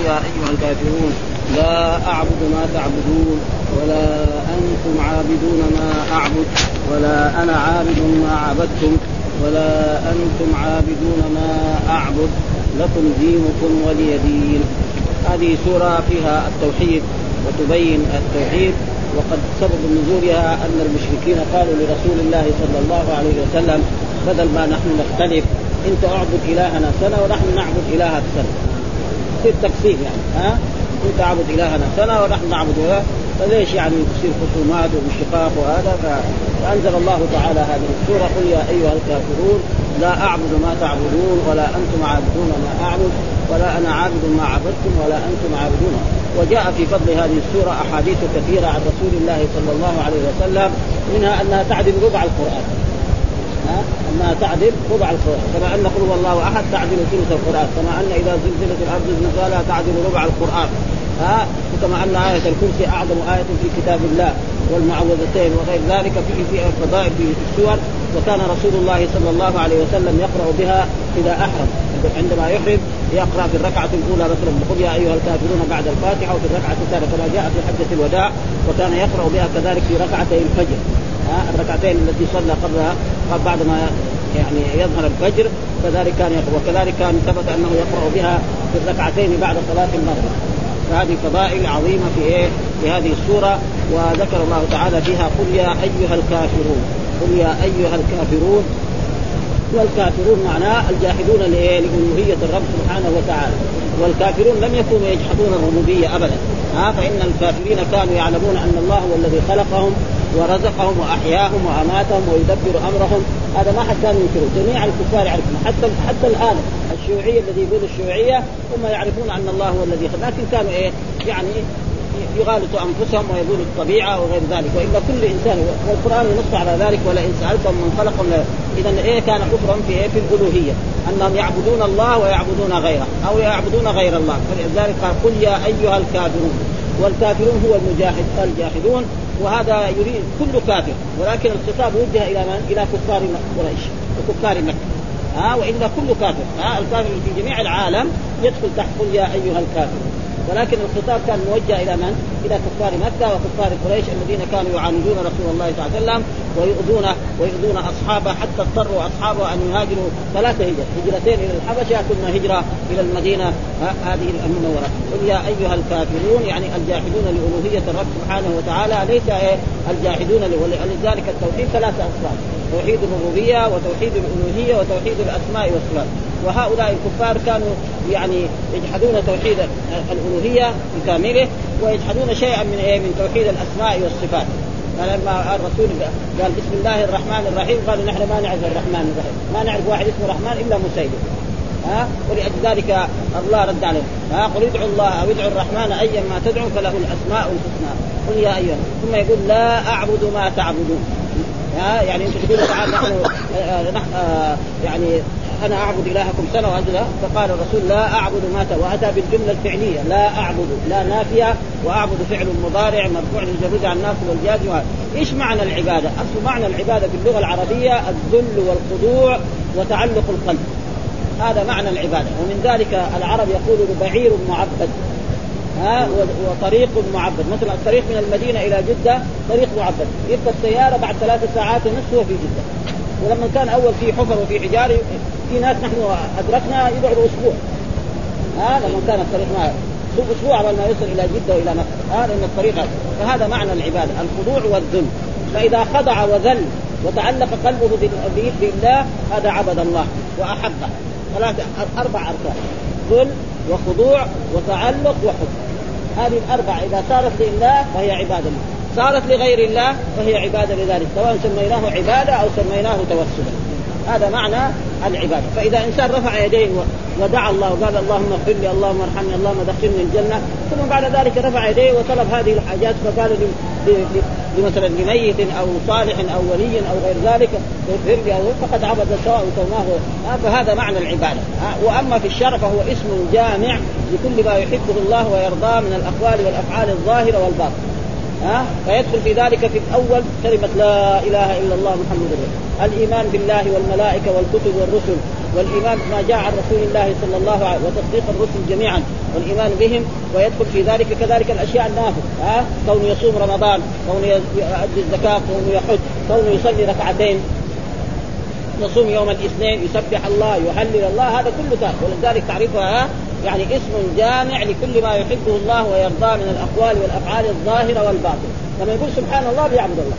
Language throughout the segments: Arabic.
يا أيها الكافرون لا أعبد ما تعبدون ولا أنتم عابدون ما أعبد ولا أنا عابد ما عبدتم ولا أنتم عابدون ما أعبد لكم دينكم ولي دين. هذه سورة فيها التوحيد وتبين التوحيد. وقد سبب نزولها أن المشركين قالوا لرسول الله صلى الله عليه وسلم بدل ما نحن نختلف أنت أعبد إلهنا سنة ونحن نعبد إلهك سنة، تصير تكسير يعني أنت أعبد إلهنا سنة ونحن نعبد إلهك، فليش يعني تصير خصومات وانشقاق وهذا. فأنزل الله تعالى هذه السورة قل يا أيها الكافرون لا أعبد ما تعبدون ولا أنتم عابدون ما أعبد ولا أنا عابد ما عبدتم ولا أنتم عابدون. وجاء في فضل هذه السورة أحاديث كثيرة عن رسول الله صلى الله عليه وسلم، منها أنها تعدل ربع القرآن، أنها تعدل ربع القرآن، كما أن قل هو الله أحد تعدل ثلث القرآن، كما أن إذا زلزلت الأرض زلزالها تعدل ربع القرآن، وكما أن آية الكرسي أعظم آية في كتاب الله والمعوذتين وغير ذلك في فضائل في السور. وكان رسول الله صلى الله عليه وسلم يقرأ بها إذا أحرم، عندما يحرم يقرأ في الركعة الأولى مثلا قل يا أيها الكافرون بعد الفاتحة، وفي الركعة الثانية كما جاء في حجة الوداع، وكان يقرأ بها كذلك في ركعتي الفجر، الركعتين التي صلى قبلها بعد ما يعني يظهر الفجر كذلك كان يقرأ. وكذلك كان ثبت أنه يقرأ بها في الركعتين بعد صلاة المغرب. فهذه فضائل عظيمة في هذه السورة. وذكر الله تعالى فيها قل يا أيها الكافرون، قل يا أيها الكافرون. والكافرون معناه الجاحدون لألوهية الرب سبحانه وتعالى. والكافرون لم يكونوا يجحدون الربوبية أبدا، فإن الكافرين كانوا يعلمون أن الله هو الذي خلقهم ورزقهم وأحياهم وأماتهم ويدبر أمرهم. هذا ما حد كان ينكره، جميع الكفار يعرفون، حتى الآن الشيوعية الذي يقولوا الشيوعية هم يعرفون أن الله هو الذي خلق، لكن كانوا يعني يغالطوا أنفسهم ويقولوا الطبيعة وغير ذلك. وإلا كل إنسان، والقرآن ينص على ذلك ولا إن سألتم من خلقهم. إذن كان كفرا في الألوهية، أنهم يعبدون الله ويعبدون غيره أو يعبدون غير الله. فلذلك قال قل يا أيها الكافرون. والكافرون هو الجاحدون، وهذا يريد كل كافر، ولكن الخطاب وجه إلى من؟ إلى كفار قريش وكفار مكة. وإلا كل كافر، الكافر في جميع العالم يدخل تحت قل يا أيها الكافرون. ولكن الخطاب كان موجه إلى من؟ إلى كفار مكة وكفار قريش الذين كانوا يعاندون رسول الله صلى الله عليه وسلم ويؤذون أصحابه، حتى اضطروا أصحابه أن يهاجروا 3 هجرتين إلى الحبشة ثم هجرة إلى المدينة هذه المنورة. قل يا أيها الكافرون يعني الجاحدون لألوهية الرب سبحانه وتعالى، ليس الجاحدون. ولذلك التوحيد 3 أصناف: توحيد الربوبية وتوحيد الألوهية وتوحيد الأسماء والصفات. وهؤلاء الكفار كانوا يعني يجحدون توحيد الألوهية بكامله ويجحدون شيئا من توحيد الأسماء والصفات. فلما الرسول قال بسم الله الرحمن الرحيم قالوا نحن ما نعرف الرحمن الرحيم، ما نعرف واحد اسمه الرحمن إلا مسيلم. ولأجل ذلك الله رد عليهم قل ادعوا الله أو ادعوا الرحمن أيا ما تدعوا فله الأسماء الحسنى قل يا أيها. ثم يقول لا أعبد ما تعبدون، يعني انتم تقولوا تعالى نحن يعني أنا أعبد إلهكم سنة وأجل. فقال الرسول لا أعبد ما وأتى بالجملة الفعلية لا أعبد، لا نافية، وأعبد فعل مضارع مرفوع للجر عن الناصب والجازم. إيش معنى العبادة؟ أصل معنى العبادة في اللغة العربية الذل والخضوع وتعلق القلب، هذا معنى العبادة. ومن ذلك العرب يقولوا بعير معبد وطريق معبد. مثلا الطريق من المدينة إلى جدة طريق معبد، يركب السيارة بعد 3 ساعات ونصف وفي جدة. ولما كان أول في حفر وفي حجار في ناس نحن أدركنا يقعدوا أسبوع، لما كان الطريق معه أسبوع قبل ما يصل إلى جدة وإلى مكة، لأن الطريق هذا. فهذا معنى العبادة الخضوع والذل. فإذا خضع وذل وتعلق قلبه بالله هذا عبد الله وأحبه. 4 أركان: ذل وخضوع وتعلق وحب. هذه ال4 إذا صارت لله فهي عبادة، صارت لغير الله فهي عبادة لذلك، سواء سميناه عبادة أو سميناه توسلا. هذا معنى العبادة. فإذا إنسان رفع يديه ودعا الله وقال اللهم اغفر لي اللهم ارحمني اللهم ادخلني الجنة، ثم بعد ذلك رفع يديه وطلب هذه الحاجات فقال مثلا لميت أو صالح أو ولي أو غير ذلك اغفر لي، فقد عبد سواء سماه. فهذا معنى العبادة. وأما في الشرع فهو اسم جامع لكل ما يحبه الله ويرضاه من الأقوال والأفعال الظاهرة والباطنة. فيدخل في ذلك في الأول كلمة لا إله إلا الله محمد رسول الله، الإيمان بالله والملائكة والكتب والرسل والإيمان بما جاء عن رسول الله صلى الله عليه وسلم وتصديق الرسل جميعا والإيمان بهم، ويدخل في ذلك كذلك الأشياء النافذة، كونه يصوم رمضان، كونه يؤدي الزكاة، كونه يحج، كونه يصلي ركعتين، يصوم يوم الاثنين، يسبح الله، يهلل الله، هذا كله كان. ولذلك تعرفها يعني اسم جامع لكل ما يحبه الله ويرضاه من الأقوال والأفعال الظاهرة والباطنة. لما يقول سبحان الله بيعبد الله،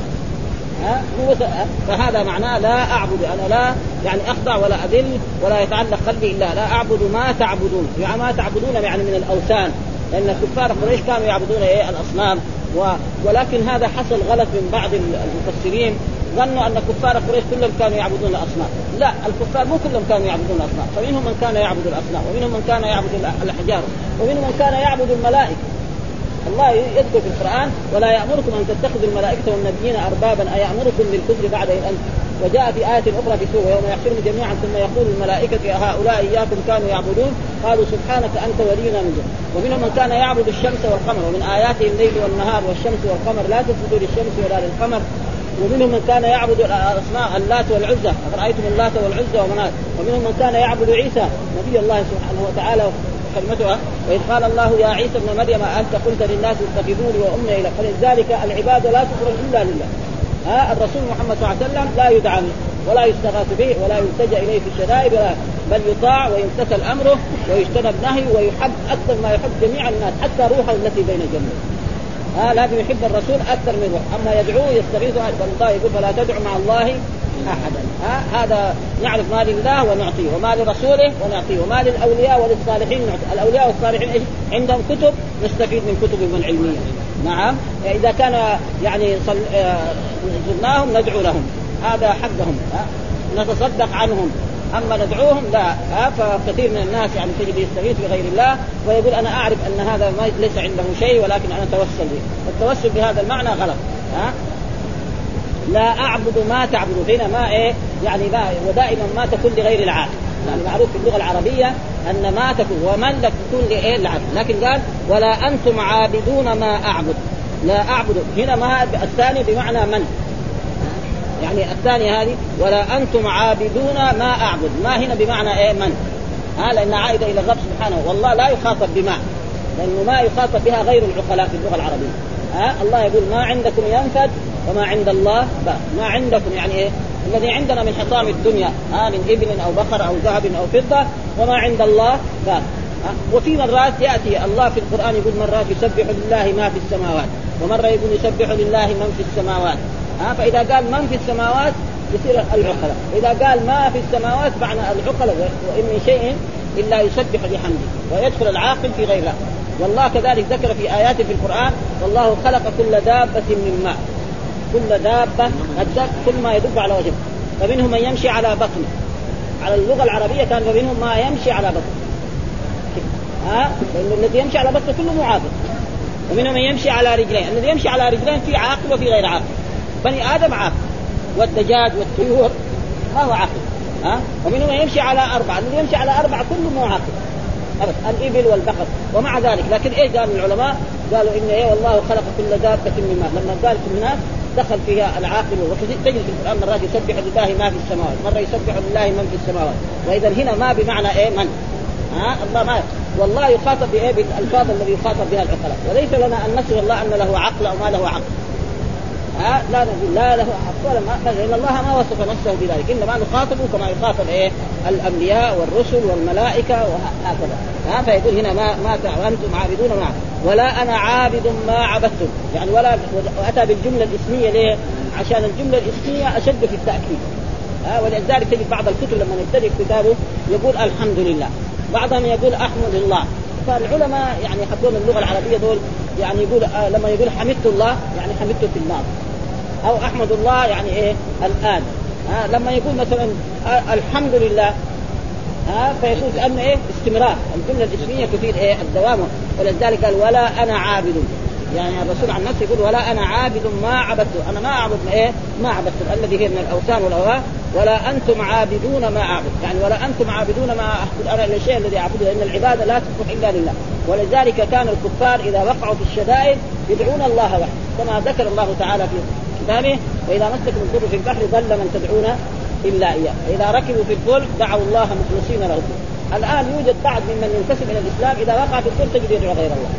فهذا معناه لا أعبد، أنا لا يعني أخضع ولا أذل ولا يتعلق قلبي إلا لا أعبد ما تعبدون، يعني ما تعبدون يعني من الأوثان، لأن كفار قريش كانوا يعبدون الأصنام. ولكن هذا حصل غلط من بعض المفسرين، ظنوا أن كفار قريش كلهم كانوا يعبدون الأصنام. لا، الكفار مو كلهم كانوا يعبدون الأصنام، فمنهم من كان يعبد الأصنام، ومنهم من كان يعبد الأحجار، ومنهم من كان يعبد الملائكة. الله يذكر في القرآن ولا يأمركم أن تتخذوا الملائكة والنبيين أربابا أيأمركم بالكفر بعد إذ أنتم. وجاء في آية أخرى في سورة يوم يحشرهم جميعا ثم يقول الملائكة هؤلاء إياكم كانوا يعبدون قالوا سبحانك أنت ولينا من دون. ومنهم من كان يعبد الشمس والقمر، ومن آياته الليل والنهار والشمس والقمر لا تسجدوا للشمس ولا للقمر. ومنهم من كان يعبد الأصنام اللات والعزى، أفرأيتم اللات والعزى ومنات. ومنهم من كان يعبد عيسى نبي الله سبحانه وتعالى كلمتها، وإذ قال الله يا عيسى ابن مريم أنت قلت للناس اتخذوني وأمي إلى. فلذلك العبادة لا تخرج إلا لله. الرسول محمد صلى الله عليه وسلم لا يدعى ولا يستغاث به ولا يلتجأ إليه في الشدائد، بل يطاع ويمتثل أمره ويجتنب نهيه ويحب أكثر ما يحب جميع الناس حتى روحه التي بين جنبه. لازم يحب الرسول أكثر من روح. أما يدعوه يستغيث فالله يقول فلا تدعو مع الله أحدا. هذا نعرف ما لله ونعطيه، وما لرسوله ونعطيه، وما للأولياء وللصالحين نعطيه. الأولياء والصالحين عندهم كتب نستفيد من كتبهم العلمية. نعم، إذا كان يعني زرناهم ندعو لهم، هذا حقهم، نتصدق عنهم. أما ندعوهم لا. فكثير من الناس يعني تجد يستغيث بغير الله ويقول أنا أعرف أن هذا ليس عنده شيء ولكن أنا توسل به. التوسل بهذا المعنى غلط. لا أعبد ما تعبدون، هنا ما يعني ما، ودائما ما تكون لغير العاقل. يعني معروف في اللغة العربية أن ما تكون ومن لا تكون للعاقل، لكن قال ولا أنتم عابدون ما أعبد. لا أعبد هنا ما الثاني بمعنى من، يعني الثانية هذه ولا أنتم عابدون ما أعبد، ما هنا بمعنى من، لأن عائدة إلى الرب سبحانه. والله لا يخاطب بما، لأنه ما يخاطب بها غير العقلاء في اللغة العربية. الله يقول ما عندكم ينفد وما عند الله باق. ما عندكم يعني الذي عندنا من حطام الدنيا من إبل أو بقر أو ذهب أو فضة، وما عند الله باق. وفي مرات يأتي الله في القرآن يقول مرات يسبح لله ما في السماوات، ومرة يقول يسبح لله من في السماوات. فإذا قال من في السماوات يصير العقلاء، إذا قال ما في السماوات معنى العقلاء. وإن من شيء إلا يسبح بحمده، ويدخل العاقل في غيره. والله كذلك ذكر في آيات في القرآن والله خلق كل دابة من ماء. كل دابة كل ما يدب على وجهه، فمنهم من يمشي على بطنه. على اللغة العربية كان فمنهم ما يمشي على بطنه، لأن الذي يمشي على بطنه كله معاقل. ومنهم من يمشي على رجلين، الذي يمشي على رجلين في عاقل وفي غير عاقل. بني آدم عاقل، والدجاج والطيور ما هو عاقل. ومنهم من يمشي على أربعة، الذي يمشي على أربعة كله مو عاقل، الإبل والبقر. ومع ذلك لكن قالوا العلماء قالوا إن والله خلق كل دابة من ماء. لما قال في الناس دخل فيها العاقل. وتجد في القرآن مرات يسبح لله ما في السماوات، مرة يسبح لله من في السماوات. وإذا هنا ما بمعنى من، الله ما، والله يخاطب بالألفاظ الذي يخاطب بها العقلاء. وليس لنا أن نصف الله أن له عقل أو ما له عقل. لا نقول لا له عقل ولا ما، لأن الله ما وصف نفسه بذلك، إنما نخاطبه كما يخاطب الأنبياء والرسل والملائكة وهكذا. فيقول هنا ما أنتم عابدون ما، ولا أنا عابد ما عبدتم. يعني ولا، وأتى بالجملة الاسمية ليه؟ عشان الجملة الاسمية أشد في التأكيد. ولذلك تجد بعض الكتب لما يبتدئ كتابه يقول الحمد لله، بعضهم يقول أحمد الله. فالعلماء يعني حقون اللغة العربية دول يعني يقول لما يقول حمدت الله يعني حمدته في الماضي، أو أحمد الله يعني الآن. لما يقول مثلا الحمد لله فيقول كأنه استمرار. الجملة الاسمية تفيد الدوام. ولذلك قال ولا أنا عابد، يعني الرسول عن نفسه يقول ولا أنا عابد ما عبدت، أنا ما أعبد ما عبدت الذي هي من الأوثان والأوهام، ولا أنتم عابدون ما أعبد. يعني ولا أنتم عابدون ما أعبد أنا الشيء الذي أعبده، لأن العبادة لا تصلح إلا لله. ولذلك كان الكفار إذا وقعوا في الشدائد يدعون الله وحده، كما ذكر الله تعالى في كتابه وإذا مسكم الضر في البحر ضل من تدعون إلا إياه. إذا ركبوا في الفلك دعوا الله مخلصين له الدين. الآن يوجد بعض ممن ينتسب إلى الإسلام إذا وقع في الفلك تجد يدعو غير الله،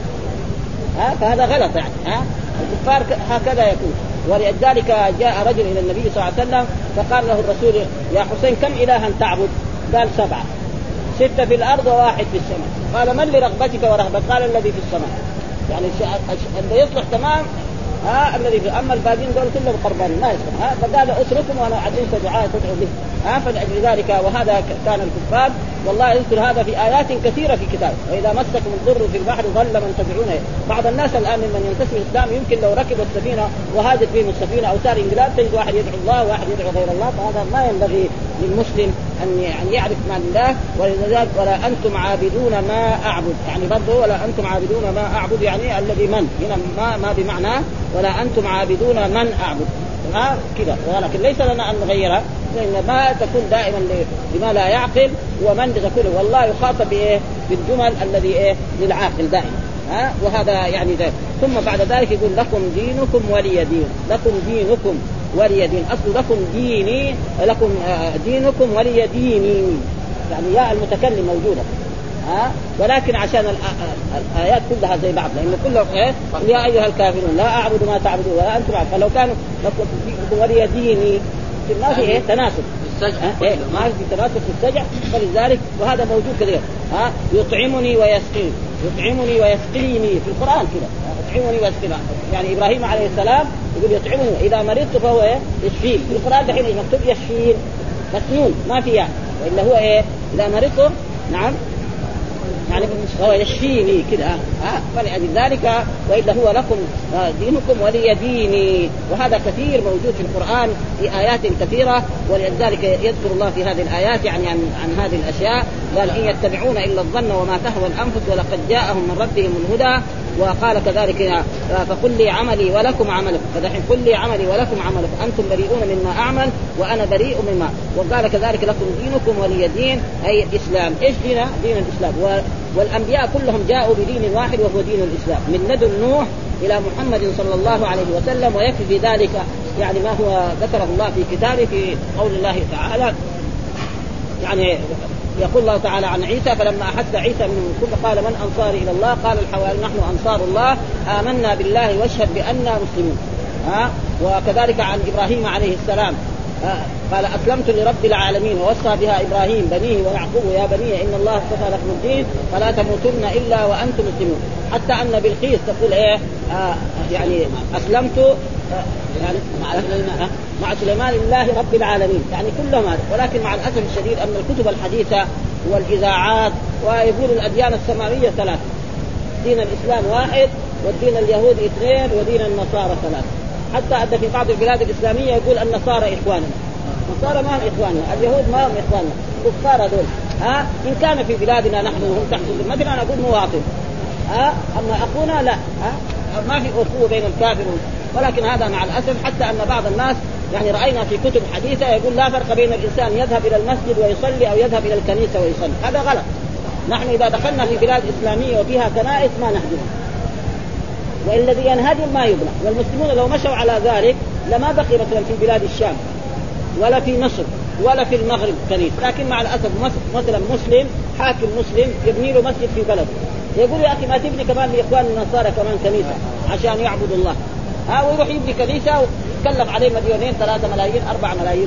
فهذا غلط يعني. الكفار هكذا يكون. ولذلك جاء رجل إلى النبي صلى الله عليه وسلم فقال له الرسول يا حسين كم إلها تعبد؟ قال 7، 6 في الأرض وواحد في السماء. قال من لرغبتك ورهبتك؟ قال الذي في السماء. يعني الذي يصلح تمام الذي في، أما الباقين دول كلهم قربان ما يصلح. فقال اتركهم وأنا أعلمك دعاء تدعو به. فلأجل ذلك وهذا كان الكفار. والله يذكر هذا في آيات كثيرة في كتاب. وإذا مسكم الضر في البحر ظل من تدعونه. بعض الناس الآن ممن ينتسب الإسلام يمكن لو ركب السفينة وهاجت بهم السفينة أو سار البلاد تجد واحد يدعو الله وواحد يدعو غير الله. فهذا ما ينبغي للمسلم أن يعني يعرف ما لله. ولذلك ولا أنتم عابدون ما أعبد، يعني برضه ولا أنتم عابدون ما أعبد يعني الذي من هنا ما بمعنى ولا أنتم عابدون من أعبد كذا. ولكن ليس لنا أن نغيرها، لأن ما تكون دائما لما لا يعقل ومن تكون والله يخاطب بإيه بالجمل الذي للعاقل دائما. وهذا يعني ده. ثم بعد ذلك يقول لكم دينكم ولي دين. لكم دينكم ولي دين، أصل لكم ديني لكم دينكم ولي ديني، يعني يا المتكلم موجودة ولكن عشان الآيات كلها زي بعض، لأنه كله يا أيها الكافرون لا أعبد ما تعبدون ولا أنتم عبد. فلو كانوا لكم ولي ديني ما في تناسب ما في تناسب في السجع. فلذلك وهذا موجود كثير يطعمني ويسقيني، يطعمني ويسقيني في القرآن كذا، يطعمني ويسقيني. يعني إبراهيم عليه السلام يقول يطعمني إذا مرضت فهو يشفين. في القرآن دحين مكتوب يشفين مسنون ما في يعني، وإلا هو إذا مرضت نعم يعني هو يشفيني كده فلأجل ذلك وإلا هو لكم دينكم ولي ديني. وهذا كثير موجود في القرآن في آيات كثيرة. ولذلك يذكر الله في هذه الآيات يعني عن هذه الأشياء. قال إن يتبعون إلا الظن وما تهوى الأنفس ولقد جاءهم من ربهم الهدى. وقال كذلك فقل لي عملي ولكم عملكم. فدحين قل لي عملي ولكم عملكم أنتم بريئون مما أعمل وأنا بريء مما. وقال كذلك لكم دينكم ولي دين أي الإسلام. إيش دين الإسلام؟ والأنبياء كلهم جاءوا بدين واحد وهو دين الإسلام من لدن نوح إلى محمد صلى الله عليه وسلم. ويكفي في ذلك يعني ما هو ذكره الله في كتابه في قول الله تعالى يعني يقول الله تعالى عن عيسى فلما أحس عيسى من كل قال من أنصاري إلى الله قال الحواريون نحن أنصار الله آمنا بالله واشهد بأننا مسلمون. وكذلك عن إبراهيم عليه السلام قال أسلمت لرب العالمين ووصى بها إبراهيم بنيه ويعقوب يا بني إن الله اصطفى لكم الدين فلا تموتن إلا وأنتم مسلمون. حتى أن بلقيس تقول يعني أسلمت يعني مع سليمان لله رب العالمين يعني كلهم هذا. ولكن مع الأسف الشديد أن الكتب الحديثة والإذاعات ويقول الأديان السماوية 3، دين الإسلام 1 والدين اليهودي 2 ودين النصارى 3. حتى أن في بعض البلاد الإسلامية يقول النصارى إخواننا. النصارى ما هم إخواننا، اليهود ما هم إخواننا، كفار دول. إن كان في بلادنا نحن هم تحت مثلا أقول مواطن أما أخونا لا ما في أخوة بين الكافر. ولكن هذا مع الأسف حتى أن بعض الناس يعني رأينا في كتب حديثة يقول لا فرق بين الإنسان يذهب إلى المسجد ويصلي أو يذهب إلى الكنيسة ويصلي. هذا غلط. نحن إذا دخلنا في بلاد إسلامية وفيها كنائس ما نهدمها، والذي ينهدم ما يبنى. والمسلمون لو مشوا على ذلك لما بقي مثلا في بلاد الشام ولا في مصر ولا في المغرب كنيسة. لكن مع الأسف مثلا مسلم حاكم مسلم يبني له مسجد في بلده يقول يا أخي ما تبني كمان لإخوان النصارى كمان كنيسة عشان يعبدوا الله ويروح يبني كنيسة ويكلف عليه 2 3 ملايين 4 ملايين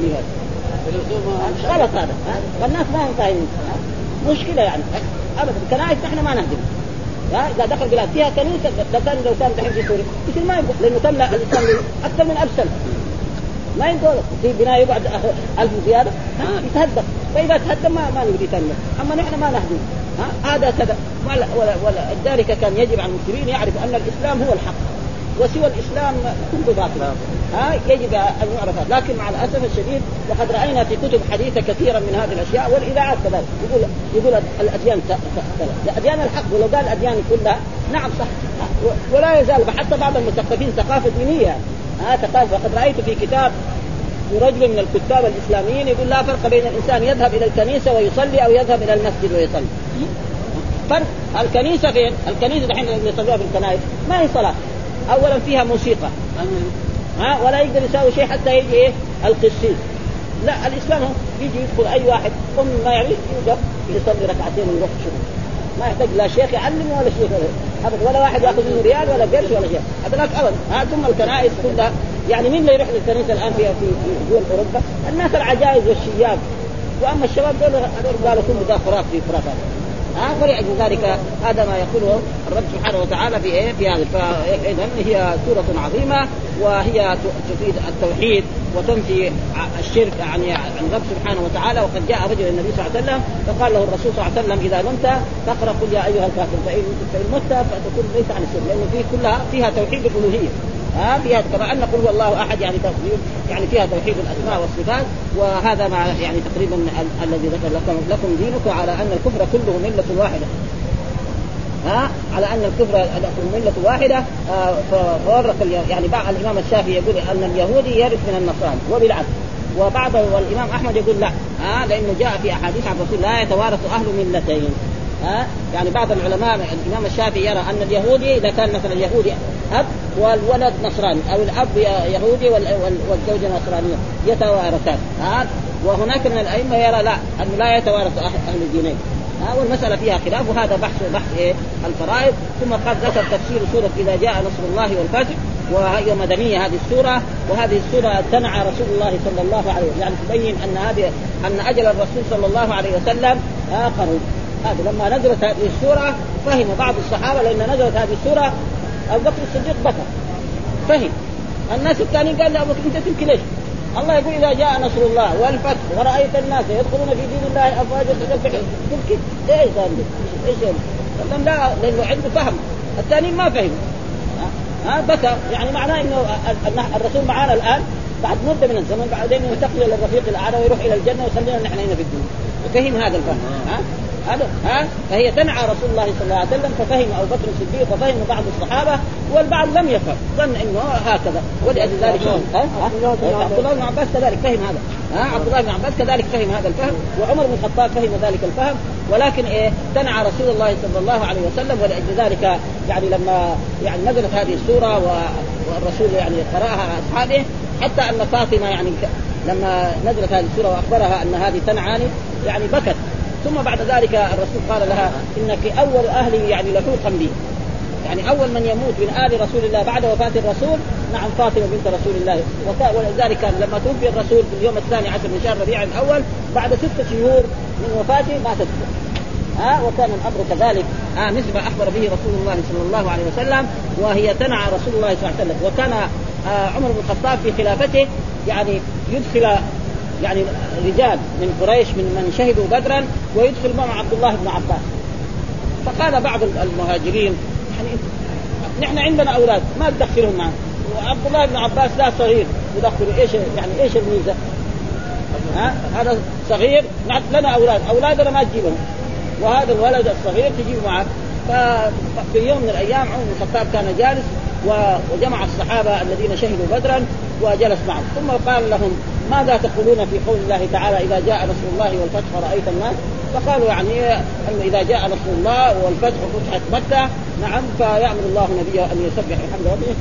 غلط هذا. والناس ما هم فاهمين مشكلة يعني أبدا. كنائس نحن ما نهدم. إذا دخل بلاد فيها كنيسة لو كان دحين في سوريا مثل ما يقول لأنه تم الإسلام أكثر من 1000 سنة ما يقول في بناء يقعد 1000 زيادة يتهدم. فإذا تهدم ما نقدر يتنمى. أما نحن ما نهدم هذا كذا. ولذلك كان يجب على المسلمين يعرف أن الإسلام هو الحق وسوى الإسلام كله باطل. يجب أن يعرف. لكن مع الأسف الشديد وقد رأينا في كتب حديثة كثيرا من هذه الأشياء والإذاعات كذلك يقول الأديان الأديان الحق. ولو قال الأديان كلها نعم صح ولا يزال. حتى بعض المثقفين ثقافة دينية ثقافة. وقد رأيت في كتاب رجل من الكتاب الإسلاميين يقول لا فرق بين الإنسان يذهب إلى الكنيسة ويصلي أو يذهب إلى المسجد ويصلي. فرق. الكنيسة فين؟ الكنيسة دحين اللي يصلوها في الكنائس ما هي صلاة. أولا فيها موسيقى ولا يقدر يساوي شيء حتى يجي القسيس لا، الإسلام يجي يدخل أي واحد ثم ما يعرف يوقف يصلي ركعتين ويروح شغل، ما يحتاج لا شيخ يعلمه ولا شيخ ولا واحد يأخذ منه ريال ولا قرش ولا شيء، هذا لك أبدا. ثم الكنائس كلها، يعني مين اللي يروح للكنيسة الآن في دول أوروبا؟ الناس العجائز والشياب، وأما الشباب دول قالوا كل ده خرافات في خرافات. ولأجل ذلك هذا ما يقوله الرب سبحانه وتعالى في هذا. فإذن هي سورة عظيمة، وهي تفيد التوحيد وتنفي الشرك عن الرب سبحانه وتعالى. وقد جاء رجل النبي صلى الله عليه وسلم فقال له الرسول صلى الله عليه وسلم إذا نمت فاقرأ قل يا أيها الكافرون، فإن مت فتكون ليس عن الشرك، لأنه كلها فيها توحيد الألوهية. فيها كما أن قل هو الله أحد، يعني فيها توحيد الأسماء والصفات. وهذا مع يعني تقريبا الذي ذكر لكم دينك، على أن الكفر كله ملة واحدة. على أن الكفر ملة واحدة. فورق يعني بعض الإمام الشافعي يقول أن اليهودي يرث من النصارى وبالعكس، وبعض والإمام أحمد يقول لا، لأنه جاء في أحاديث عن الرسول لا يتوارث أهل ملتين. يعني بعض العلماء الإمام الشافعي يرى أن اليهودي إذا كان مثلا يهودي أب والولد نصراني، أو الأب يهودي والزوجة نصرانية يتوارثان. وهناك من الأئمة يرى لا، أن لا يتوارث أهل الدينين. والمسألة فيها خلاف، وهذا بحث الفرائض. ثم قد ذكر تفسير سورة إذا جاء نصر الله والفتح، وهي مدنية هذه السورة. وهذه السورة تنعى رسول الله صلى الله عليه وسلم، يعني تبين أن أجل الرسول صلى الله عليه وسلم قرب. هذا لما نزلت هذه السورة فهم بعض الصحابة، لأن نزلت هذه السورة أبو بكر الصديق بكى فهم. الناس الثانيين قال أبو بكر أنت تبكي ليش؟ الله يقول إذا جاء نصر الله والفتح ورأيت الناس يدخلون في دين الله أفواجا تبكي إيش ذلك؟ إيش ذلك؟ لا، لأنه عنده فهم، الثانيين ما فهم. بكى، يعني معناه إنه الرسول معنا الآن بعد مدة من الزمن، بعدين ينتقل إلى الرفيق الأعلى ويروح إلى الجنة ويخلينا نحن هنا في الدنيا. فهم هذا الفهم. فهي تنعى رسول الله صلى الله عليه وسلم، ففهم أبو بكر الصديق وفهم بعض الصحابة، والبعض لم يفهم، ظن إنه هكذا. ولأجل ذلك عبد الله بن عباس كذلك فهم هذا. عبد الله بن عباس كذلك فهم هذا الفهم، وعمر بن الخطاب فهم ذلك الفهم. ولكن تنعى رسول الله صلى الله عليه وسلم. ولأجل ذلك يعني لما يعني نزلت هذه السورة والرسول يعني قرأها على أصحابه، حتى أن فاطمة يعني لما نزلت هذه السورة وأخبرها أن هذه تنعاني يعني بكت. ثم بعد ذلك الرسول قال لها إنك أول أهلي يعني لحوقا بي، يعني أول من يموت من آل رسول الله بعد وفاة الرسول نعم فاطمة بنت رسول الله. ولذلك لما توفي الرسول في اليوم 12 من شهر ربيع الأول بعد 6 شهور من وفاته ماتت. وكان الأمر كذلك مثل ما أخبر به رسول الله صلى الله عليه وسلم. وهي تنعى رسول الله صلى الله عليه وسلم. وكان عمر بن الخطاب في خلافته يعني يدخل يعني رجال من قريش من شهدوا بدرا ويدخل مع عبد الله بن عباس. فقال بعض المهاجرين يعني نحن عندنا أولاد ما تدخلهم معنا، وعبد الله بن عباس لا صغير يدخلوا، ايش الميزة؟ هذا صغير لنا أولادنا ما تجيبهم، وهذا الولد الصغير تجيب معه. ففي يوم من الأيام عمر بن الخطاب كان جالس وجمع الصحابة الذين شهدوا بدرا وجلس معهم، ثم قال لهم ماذا تقولون في قول الله تعالى إذا جاء نصر الله والفتح ورأيت الناس؟ فقالوا يعني أن إذا جاء نصر الله والفتح وفتحت مكة نعم فيأمر الله نبيه أن يسبح الحمد ربه.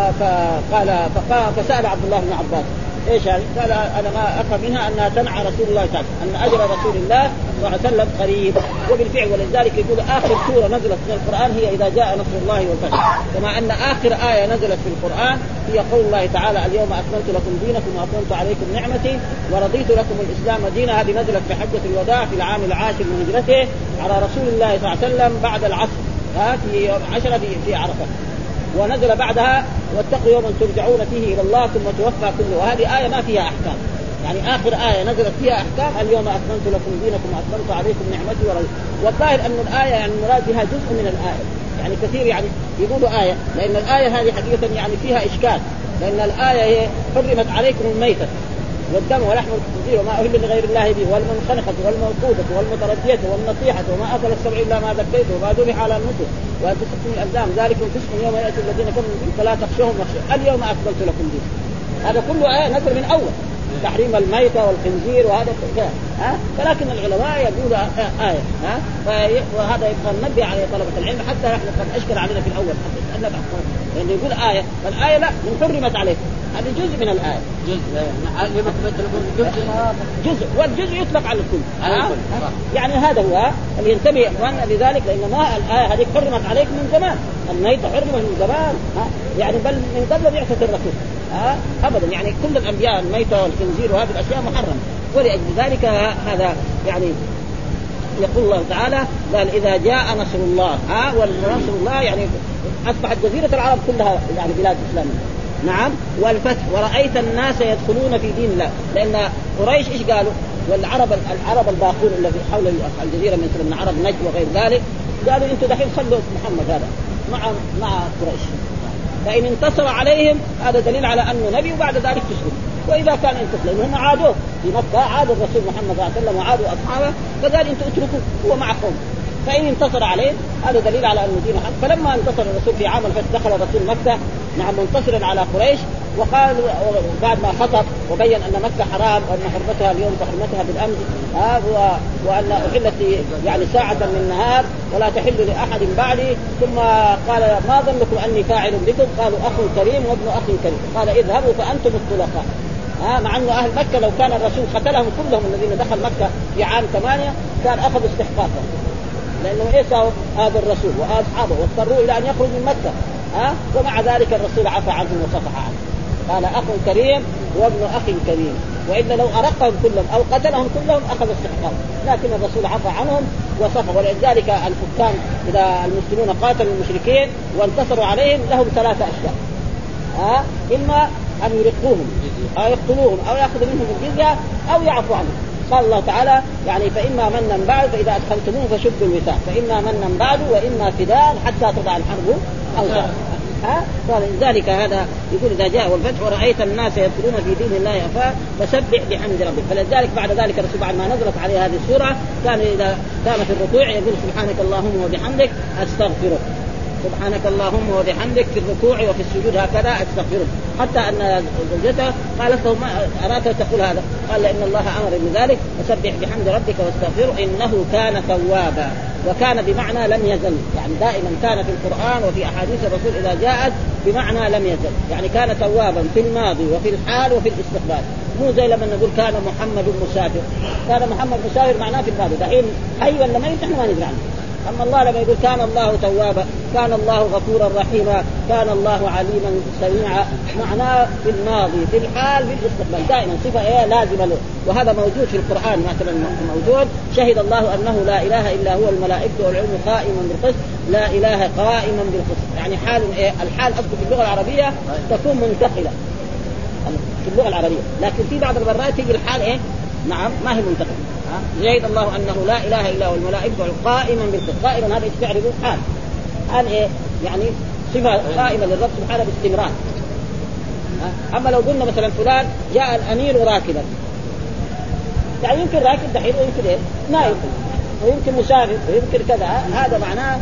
فسأل عبد الله بن عباس ايش هذه؟ قال انا ما افهم منها انها تنعى رسول الله تعالى ان اجل رسول الله صلى الله عليه وسلم قريب. وبالفعل ولذلك يقول اخر سوره نزلت من القران هي اذا جاء نصر الله والفتح، كما ان اخر ايه نزلت في القران هي قول الله تعالى اليوم اكملت لكم دينكم واتممت عليكم نعمتي ورضيت لكم الاسلام دينا. هذه نزلت في حجه الوداع في العام العاشر من هجرته على رسول الله صلى الله عليه وسلم بعد العصر في يوم 10 في عرفه. ونزل بعدها واتقوا يوما ترجعون فيه الى الله ثم توفى كل. وهذه ايه ما فيها احكام، يعني اخر ايه نزلت فيها احكام اليوم اكملت لكم دينكم واتممت عليكم نعمتي والظاهر ان الايه يعني المراد بها جزء من الايه، يعني كثير يعني يقولوا ايه لان الايه هذه حقيقه يعني فيها اشكال، لان الايه هي حرمت عليكم الميتة والدم ولحم الخنزير وما أهل لغير الله به والمنخنقة والموقوذة والمتردية والنطيحة وما أكل السبع إلا ما ذكيته وما ذبح على النسك وأن تسقوا الأزلام ذلكم فسق يوم يأتي الذين كفروا فلا تخشوهم واخشوا اليوم أكملت لكم دينكم. هذا كله آية نزل من أول تحريم الميتة والخنزير وهذا ولكن العلماء يقولوا آية وهذا يبقى ننبه على طلبة العلم حتى نحن قد أشكل علينا في الأول يعني يقول آية فالآية لا من حرمت عليكم هذا جزء من الآية جزء والجزء يطلق على الكل يعني هذا هو اللي ينتبه إخواننا لذلك لأن ما الآية هذه حرمت عليكم من زمان الميتة حرمت من زمان يعني بل من قبل بعثة الرسول أبدا يعني كل الأنبياء الميتة والخنزير وهذه الأشياء محرمة ولأجل ذلك هذا يعني يقول الله تعالى قال إذا جاء نصر الله ونصر الله يعني أصبحت جزيرة العرب كلها يعني بلاد إسلامية نعم والفتح ورأيت الناس يدخلون في دين الله لأن قريش إيش قالوا والعرب الباقون الذي حول الجزيرة من عرب نجد وغير ذلك قالوا أنتم دحين خلوا محمد هذا مع قريش فإن انتصر عليهم هذا دليل على أنه نبي وبعد ذلك تسلم وإذا كان انتصر لأنهم عادوا في مكة عاد الرسول محمد صلى الله عليه وسلم وعادوا أصحابه فقال أنتم اتركوا هو معكم فإن انتصر عليه هذا دليل على أنه دين حق فلما انتصر الرسول في عام الفتح دخل الرسول مكة نعم منتصرا على قريش وقال بعد ما خطب وبين أن مكة حرام وأن حرمتها اليوم كحرمتها بالأمس وأن أحلت يعني ساعة من النهار ولا تحل لأحد بعدي ثم قال ما ظنكم أني فاعل بكم قالوا أخ كريم وابن أخ كريم قال اذهبوا فأنتم الطلقاء مع أنه أهل مكة لو كان الرسول قتلهم كلهم الذين دخل مكة في عام 8 كان أخذوا استحقاقهم لأنه إيسوا هذا الرسول وأصحابه واضطروا إلى أن يخرج من مكة ومع ذلك الرسول عفى عنهم وصفح عنهم قال أخ كريم وابن أخ كريم وإلا لو أرقهم كلهم أو قتلهم كلهم أخذ استحقاق لكن الرسول عفى عنهم وصفح ولذلك الحكام إذا المسلمون قاتلوا المشركين وانتصروا عليهم لهم 3 أشياء إما أن يرقوهم أو يقتلوهم أو يأخذوا منهم الجزية أو يعفو عنهم قال الله تعالى يعني فإما منا بعد فإذا أدخلتموه فشدوا الوثاق فإما منا بعد وإما فداء حتى تضع الحرب أوزارها فلذلك هذا يقول إذا جاء والفتح ورأيت الناس يدخلون في دين الله أفواجا فسبح بحمد ربك فلذلك بعد ذلك الرسول بعد ما نزلت عليه هذه السورة كان إذا كان في الركوع يقول سبحانك اللهم وبحمدك أستغفرك سبحانك اللهم وبحمدك في الركوع وفي السجود هكذا أستغفرك حتى أن زوجته قالت له ما أراك تقول هذا قال لأن الله أمر بذلك فسبح بحمد ربك واستغفره إنه كان توابا وكان بمعنى لم يزل يعني دائما كان في القرآن وفي أحاديث الرسول إذا جاءت بمعنى لم يزل يعني كان توابا في الماضي وفي الحال وفي الاستقبال مو زي لما نقول كان محمد مسافر كان محمد مسافر معناه في الماضي دحين حي ولا ميت احنا ما ندري عنه أما الله لما يقول كان الله توابا كان الله غفورا رحيما كان الله عليما سميعا معناه في الماضي في الحال في الاستقبال دائما صفة لازمة له وهذا موجود في القرآن مثلا موجود شهد الله أنه لا إله إلا هو الملائكة والعلم قائما بالقسط لا إله قائما بالقسط يعني حال الحال أصلا في اللغة العربية تكون منتقلة في اللغة العربية لكن في بعض المرات تيجي الحال نعم ما هي منتقلة شهد الله أنه لا إله إلا هو الملائكة قائما بالقسط قائما هذا يستعرض حال يعني صفة قائمة للرب سبحانه باستمرار أما لو قلنا مثلا فلان جاء الأمير راكبا يعني يمكن راكب دحين ويمكن نائم ويمكن مسافر ويمكن كذا هذا معناه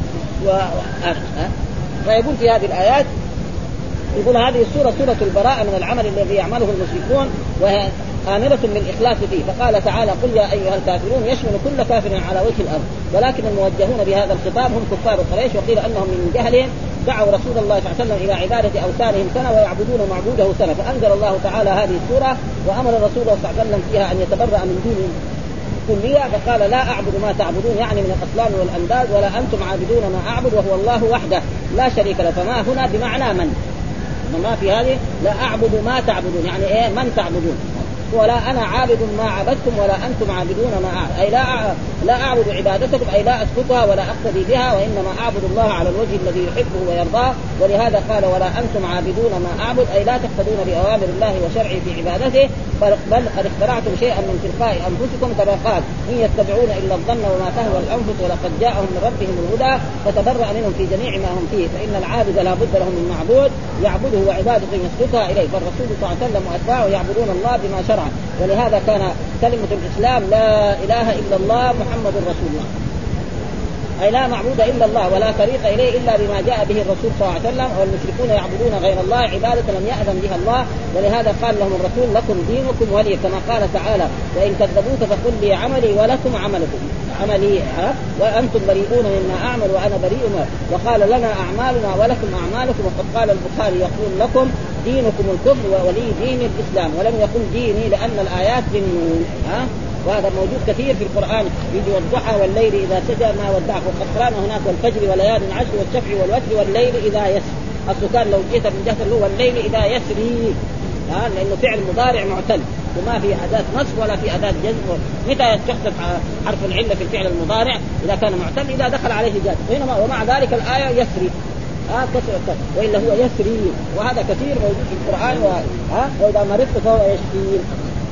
فيقول في هذه الآيات يقول هذه السورة سورة البراءة من العمل الذي يعمله المشركون وهي آمرة بالإخلاص فيه فقال تعالى قل يا أيها الكافرون يشمل كل كافر على وجه الأرض ولكن الموجهون بهذا الخطاب هم كفار قريش وقيل أنهم من جهلهم دعوا رسول الله صلى الله عليه وسلم إلى عبادة أوثانهم سنة ويعبدون معبوده سنة فأنزل الله تعالى هذه السورة وأمر الرسول صلى الله عليه وسلم فيها أن يتبرأ من دينهم كلية فقال لا أعبد ما تعبدون يعني من الأصنام والأنداد ولا أنتم عابدون ما أعبد وهو الله وحده لا شريك له فما هنا بمعنى من ما في هذه لا أعبد ما تعبدون يعني من تعبدون ولا أنا عابد ما عبدتم ولا أنتم عابدون ما أعبد أي لا أعبد عبادتكم أي لا أسقطها ولا أقتدي بها وإنما أعبد الله على الوجه الذي يحبه ويرضاه ولهذا قال ولا أنتم عابدون ما أعبد أي لا تقتدون بأوامر الله وشرعه في عبادته بل قد اخترعتم شيئا من تلقاء أنفسكم كما قال إن يتبعون إلا الظن وما تهوى الأنفس ولقد جاءهم من ربهم الهدى فتبرأ منهم في جميع ما هم فيه فإن العابد لا بد له من معبود يعبده وعبادته يسلكها إليه فالرسول صلى الله عليه وسلم وأتباعه يعبدون الله بما شرع ولهذا كان كلمة الإسلام لا إله إلا الله محمد رسول الله أي لا معبود إلا الله ولا طريق إليه إلا بما جاء به الرسول صلى الله عليه وسلم، والمشركون يعبدون غير الله عبادة لم يأذن بها الله، ولهذا قال لهم الرسول لكم دينكم ولي، كما قال تعالى وإن كذبوك فقل لي عملي ولكم عملكم عملي وأنتم بريئون مما أعمل وأنا بريء ما. وقال لنا أعمالنا ولكم أعمالكم. وقد قال البخاري يقول لكم دينكم الكفر ولي دين الإسلام، ولم يقل ديني لأن الآيات بالنون وهذا موجود كثير في القرآن، يجي والضحى والليل إذا سجى ما ودعك، وقد قرأنا هناك والفجر وليال عشر والشفع والوتر والليل إذا يسري. السكان لو جئت من جهة اللغة والليل إذا يسري لأنه فعل مضارع معتل وما في أداة نصب ولا في أداة جزم. متى تحذف حرف العلة في الفعل المضارع؟ إذا كان معتل إذا دخل عليه جازم. ومع ذلك الآية يسري كسر وإلا هو يسري، وهذا كثير موجود في القرآن. وإذا مرضت فهو يشفين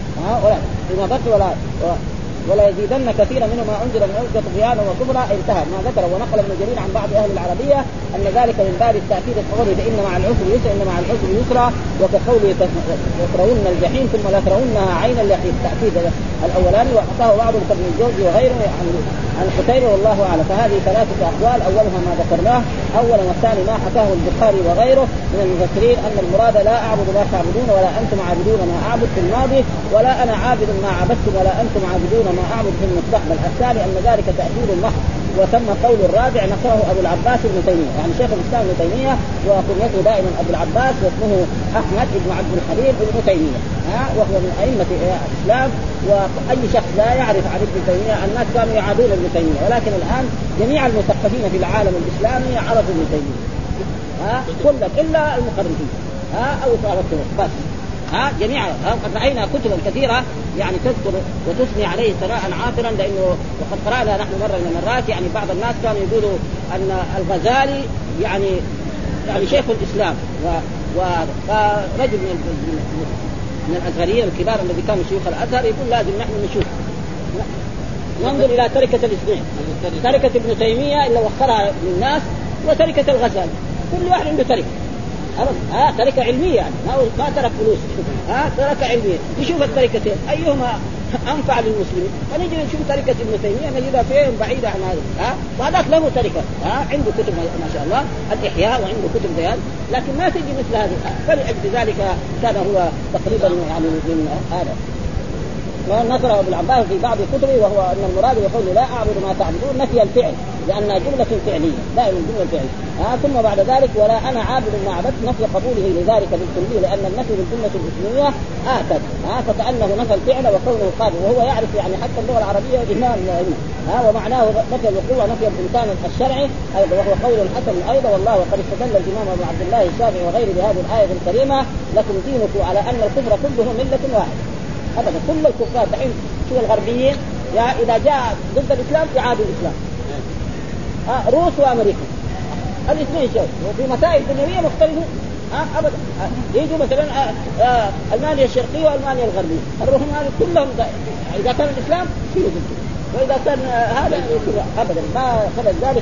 ولا بط ولا يزيدن كثيرا منه ما أنزل من أوجه طغيانا وكبرى. انتهى ما ذكر. ونقل ابن جرير عن بعض أهل العربية أن ذلك من باب التأكيد القولي فإن مع العسر يسرا إن مع العسر يسرا، وكقوله يترون الجحيم ثم لا ترونها عين اليقين التأكيد الأولاني. وحكاه بعض ابن الجوزي وغيره عن القتيبة والله أعلم. فهذه ثلاثة أقوال، أولها ما ذكرناه أولا، والثاني ما حكاه البخاري وغيره من المفسرين أن المراد لا أعبد ما تعبدون ولا أنتم عابدون ما أعبد في الماضي ولا أنا عابد ما عبدتم ولا أنتم عابدون ما أعبد في المستقبل. الثاني أن ذلك تأكيد محض. وتم قول الرابع نقره أبو العباس ابن تيمية، يعني شيخ الإسلام ابن تيمية وكنيته دائما أبو العباس واسمه أحمد بن عبد الحليم ابن تيمية وهو من أئمة الإسلام. وأي شخص لا يعرف عن ابن تيمية، الناس كانوا يعادون ابن تيمية، ولكن الآن جميع المثقفين في العالم الإسلامي عرفوا ابن تيمية كلهم إلا المقربين أو طلبة بس جميعا. قد رأينا كتبا كثيرة يعني تذكر وتثني عليه ثناء عاطرا، لأنه وقد قرأنا نحن مرة من المرات يعني بعض الناس كانوا يقولوا أن الغزالي يعني شيخ الإسلام، ورجل من الأزهريين الكبار الذي كانوا شيوخ الأزهر يقول لازم نحن نشوف ننظر إلى تركة الاثنين، تركة ابن تيمية اللي وخرها للناس وتركة الغزالي، كل واحد عنده تركة تركة علمية، يعني ما ترك فلوس تركة علمية. يشوف التركتين أيهما أنفع للمسلمين، فنجي نشوف تركة ابن تيمية نجدها فين بعيدة عن هذا وهذاك له تركة عنده كتب ما شاء الله الإحياء وعنده كتب بيان، لكن ما تجي مثل هذه. فلأجل ذلك كان هو تقريبا يعني من هذا نصر ابو العباس في بعض كتبه، وهو ان المراد يقول لا اعبد ما تعبدون نفي الفعل لانها جمله فعليه دائما جمله فعليه ثم بعد ذلك ولا انا عابد ما عبدت نفي قبوله لذلك بالكليه، لان النفي بالجمله الاسميه آكد فكانه نفى الفعل وكونه قابل، وهو يعرف يعني حتى اللغه العربيه امام ومعناه نفي الوقوع نفي الامكان الشرعي ايضا، وهو قول الحسن ايضا. والله وقد استدل الامام ابو عبد الله الشافعي وغيره بهذه الايه الكريمه لكم دينكم على ان الكفر كله مله واحده أبدا. كل الكفار دحين شو الغربيين إذا جاء ضد الإسلام يعادوا الإسلام روس وأمريكا الاثنين شيء، وفي مسائل دنيوية مختلفين أبدا. يجوا مثلا ألمانيا الشرقية وألمانيا الغربية الروحهم هذه كلهم إذا كان الإسلام يصيروا ضده، وإذا كان هذا أبدا ما خلت ذلك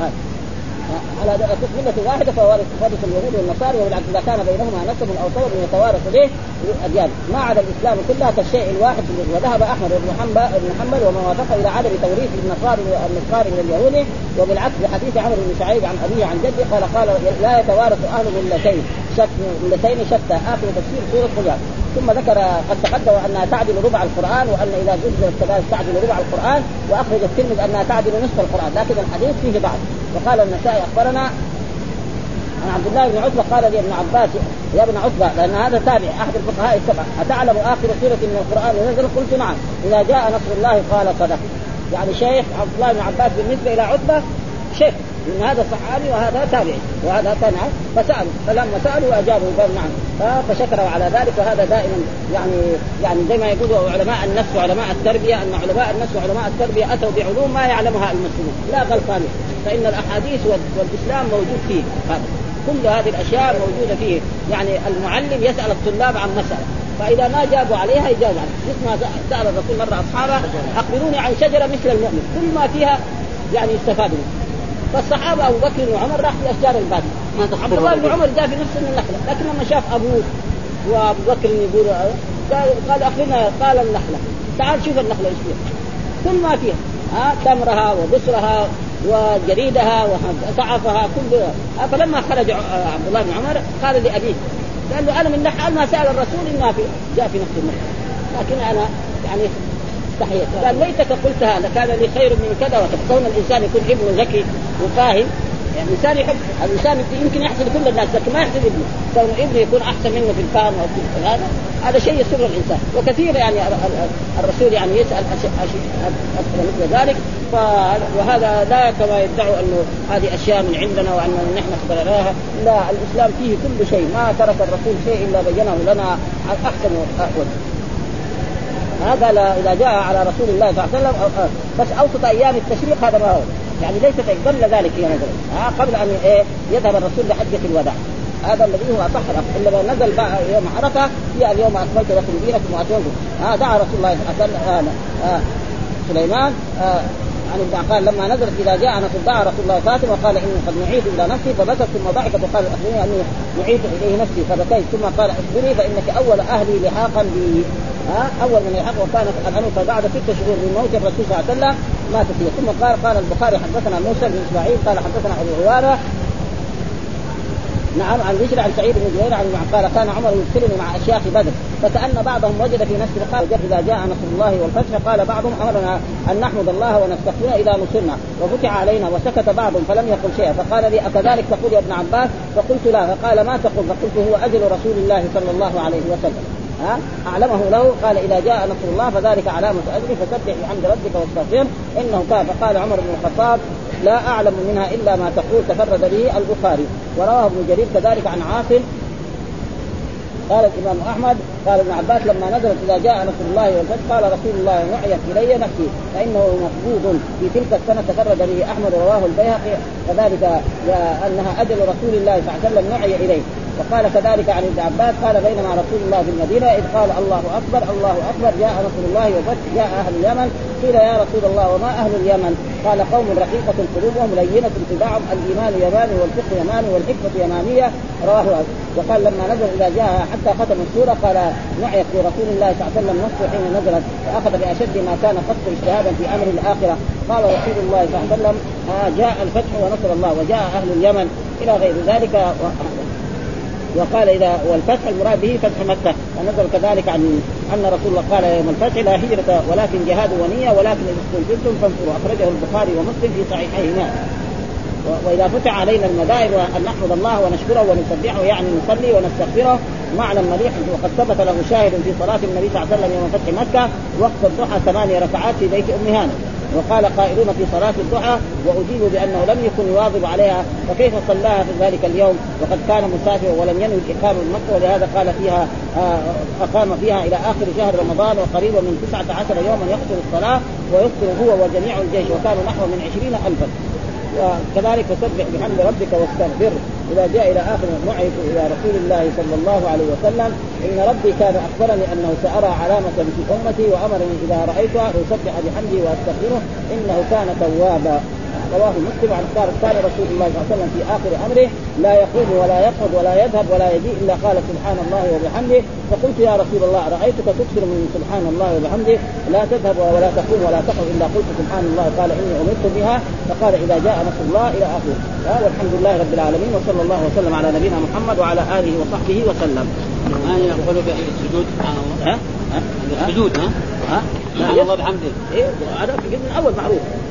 على ملة واحدة فوارث اليهود والنصارى، ولكن إذا كان بينهما نسب أو صور يتوارث به الأديان ما عدا الإسلام كلها كالشيء الواحد. وذهب أحمد بن حنبل ومن وافقه إلى عدم توريث النصارى من اليهود، وبالعكس بحديث عمرو بن شعيب عن أبيه عن جده قال لا يتوارث أهل ملتين شتى آخر تفسير سورة قيامة. ثم ذكر قد تقدم أنها تعدل ربع القرآن، وأن إذا جزء كذلك تعدل ربع القرآن، وأخرج الترمذي أنها تعدل نصف القرآن، لكن الحديث فيه ضعف. وقال النسائي أخبرنا عن عبد الله بن عتبة قال لي ابن عباس يا ابن عتبة، لأن هذا تابع أحد الفقهاء السبعة، أتعلم آخر سورة من القرآن ونزل؟ قلت نعم، إذا جاء نصر الله قال صدق. يعني شيخ عبد الله بن عباس بالنسبة إلى عتبة شيخ، إن هذا صحابي وهذا تابعي وهذا كان فسأل، فلما سألوا أجابوا قال نعم، فشكروا على ذلك. وهذا دائما يعني زي ما يقولوا علماء النفس وعلماء التربية أن علماء النفس وعلماء التربية أتوا بعلوم ما يعلمها المسلمون لا غلطان، فإن الأحاديث والإسلام موجود فيه كل هذه الأشياء موجودة فيه. يعني المعلم يسأل الطلاب عن مسألة، فإذا ما جابوا عليها يجاوب عنها. مثل ما سأل الرسول مرة أصحابه أخبروني عن شجرة مثل المؤمن كل ما فيها يعني استفادوا. فالصحابة أبو بكر وعمر راح في أشجار البادية، عبد الله بن عمر جاء في نفس النخلة، لكن لما شاف أبوه وأبو بكر يقول قال أخبرنا، قال النخلة تعال شوف النخلة إيش فيها كل ما فيها تمرها وبصرها وجريدها وضعفها كلها. فلما خرج عبد الله بن عمر قال لأبيه قال له أنا من حال ما سأل الرسول إنها جاء في نفس المرة، لكن أنا يعني استحيت. قال ليتك قلتها لكان لي خير من كذا وكذا. كون الإنسان يكون ابنه ذكي وفاهم، يعني الإنسان يحب الإنسان يمكن يحسن كل الناس لكن ما يحسن ابنه. كون ابنه يكون أحسن منه في الفهم أو في هذا شيء يسر الإنسان. وكثير يعني الرسول يعني يسأل أسئلة مثل ذلك. وهذا لا كما يدعوا أنه هذه أشياء من عندنا وأن نحن اخترناها. لا، الإسلام فيه كل شيء، ما ترك الرسول شيء إلا بينه لنا على أحسن وأحسن. هذا إذا جاء على رسول الله صلى الله عليه وسلم بس أوسط أيام التشريق هذا ما هو، يعني ليس قبل ذلك هي نزل قبل أن يذهب الرسول لحجة الوداع. هذا الذي هو أصح إلا ما نزل يوم عرفة هي اليوم أكملت لكم دينكم وأتممت. دعا رسول الله صلى الله عليه وسلم سليمان عن ابن عقال لما نزلت إذا جاء نصر دعا رسول الله فاطمة وقال إني قد نعيد إلى نفسي فبكت ثم ضحكت وقال أخبرني أني نعيد إليه نفسي فبكيت ثم قال أخبرني فإنك أول أهلي لحاقا بي أول من يلحق. وكانت الأنوثة بعد 6 شهور من موت الرسول صلى الله عليه وسلم ماتت هي. ثم قال البخاري حدثنا موسى بن إسماعيل قال حدثنا أبو عوانة نعم عن بشر عن سعيد بن جبير عن قال كان عمر يذكرني مع أشياخ بدر فكأن بعضهم وجد في نفسه قال إذا جاء نصر الله والفتح قال بعضهم أمرنا أن نحمد الله ونستغفره إذا نصرنا وفتح علينا وسكت بعضهم فلم يقل شيئا. فقال لي أكذلك تقول يا ابن عباس؟ فقلت لا. فقال ما تقول؟ فقلت هو أجل رسول الله صلى الله عليه وسلم أعلمه له. قال إذا جاء نصر الله فذلك علامة أجله فسبح بحمد ربك واستغفره إنه كان. فقال عمر بن الخطاب لا أعلم منها إلا ما تقول تفرد به البخاري. ورواه ابن جرير كذلك عن عاصم. قال الإمام أحمد قال ابن عباس لما نزلت إذا جاء نصر الله والفتح قال رسول الله نعيت إلي نفسي فإنه مفقود في تلك السنة تفرد به أحمد. رواه البيهقي كذلك أنها أجل رسول الله صلى الله عليه وسلم نعي إليه. وقال كذلك عن ابن عباس قال بينما رسول الله في المدينة إذ قال الله أكبر الله أكبر جاء نصر الله والفتح جاء أهل اليمن. قيل يا رسول الله وما أهل اليمن؟ قال قوم رقيقة قلوبهم لينة اتباعهم الإيمان يماني والفقه يماني والحكمة يمانية. رواه. وقال لما نزل إذا جاء حتى ختم السورة قال نعيت لرسول الله صلى الله عليه وسلم نصر حين نزلت فأخذ بأشد ما كان قصد اجتهادا في أمر الآخرة. قال رسول الله صلى الله عليه وسلم جاء الفتح ونصر الله وجاء أهل اليمن إلى غير ذلك. وقال إذا والفتح المراد به فتح مكة. ونزل كذلك عن أن رسول الله قال يوم الفتح لا هجرة ولكن جهاد ونية ولكن إذا استنفرتم فانفروا. أخرجه البخاري ومسلم في صحيحيهما. وإذا فتح علينا المدائن وأن نحمد الله ونشكره ونسبحه يعني نصلي ونستغفره معنى مليح. وقد ثبت له شاهد في صلاة النبي صلى الله عليه وسلم يوم فتح مكة وقت الضحى 8 ركعات في بيت أم هانة. وقال قائلون في صلاة الضحى وأجيبوا بأنه لم يكن يواظب عليها فكيف صلاها في ذلك اليوم وقد كان مسافر ولم ينوي الإقامة من مكة. ولهذا قال فيها أقام فيها إلى آخر شهر رمضان وقريبا من 19 يوما يقصر الصلاة ويقصر هو وجميع الجيش وكانوا نحو من 20,000. وكذلك فسبح بحمد ربك واستغفره. إذا جاء إلى آخر نعيت إلى رسول الله صلى الله عليه وسلم إن ربي كان أخبرني أنه سأرى علامة في أمتي وأمرني إذا رأيتها أسبح بحمده وأستغفره إنه كان توابا. رواه مسلم عن كان رسول الله صلى الله عليه وسلم في آخر أمره لا يقوم ولا يقعد ولا يذهب ولا يجيء إلا قال سبحان الله وبحمده. فقلت يا رسول الله رأيتك تكثر من سبحان الله وبحمده لا تذهب ولا تقوم ولا تقعد إلا قلت سبحان الله. قال إني أمرت بها. فقال إذا جاء نصر الله إلى آخره. والحمد لله رب العالمين وصلى الله وسلم على نبينا محمد وعلى آله وصحبه وسلم. ما يقول بالسجود سبحان الله السجود سبحان الله بحمده. هذا من أول معروف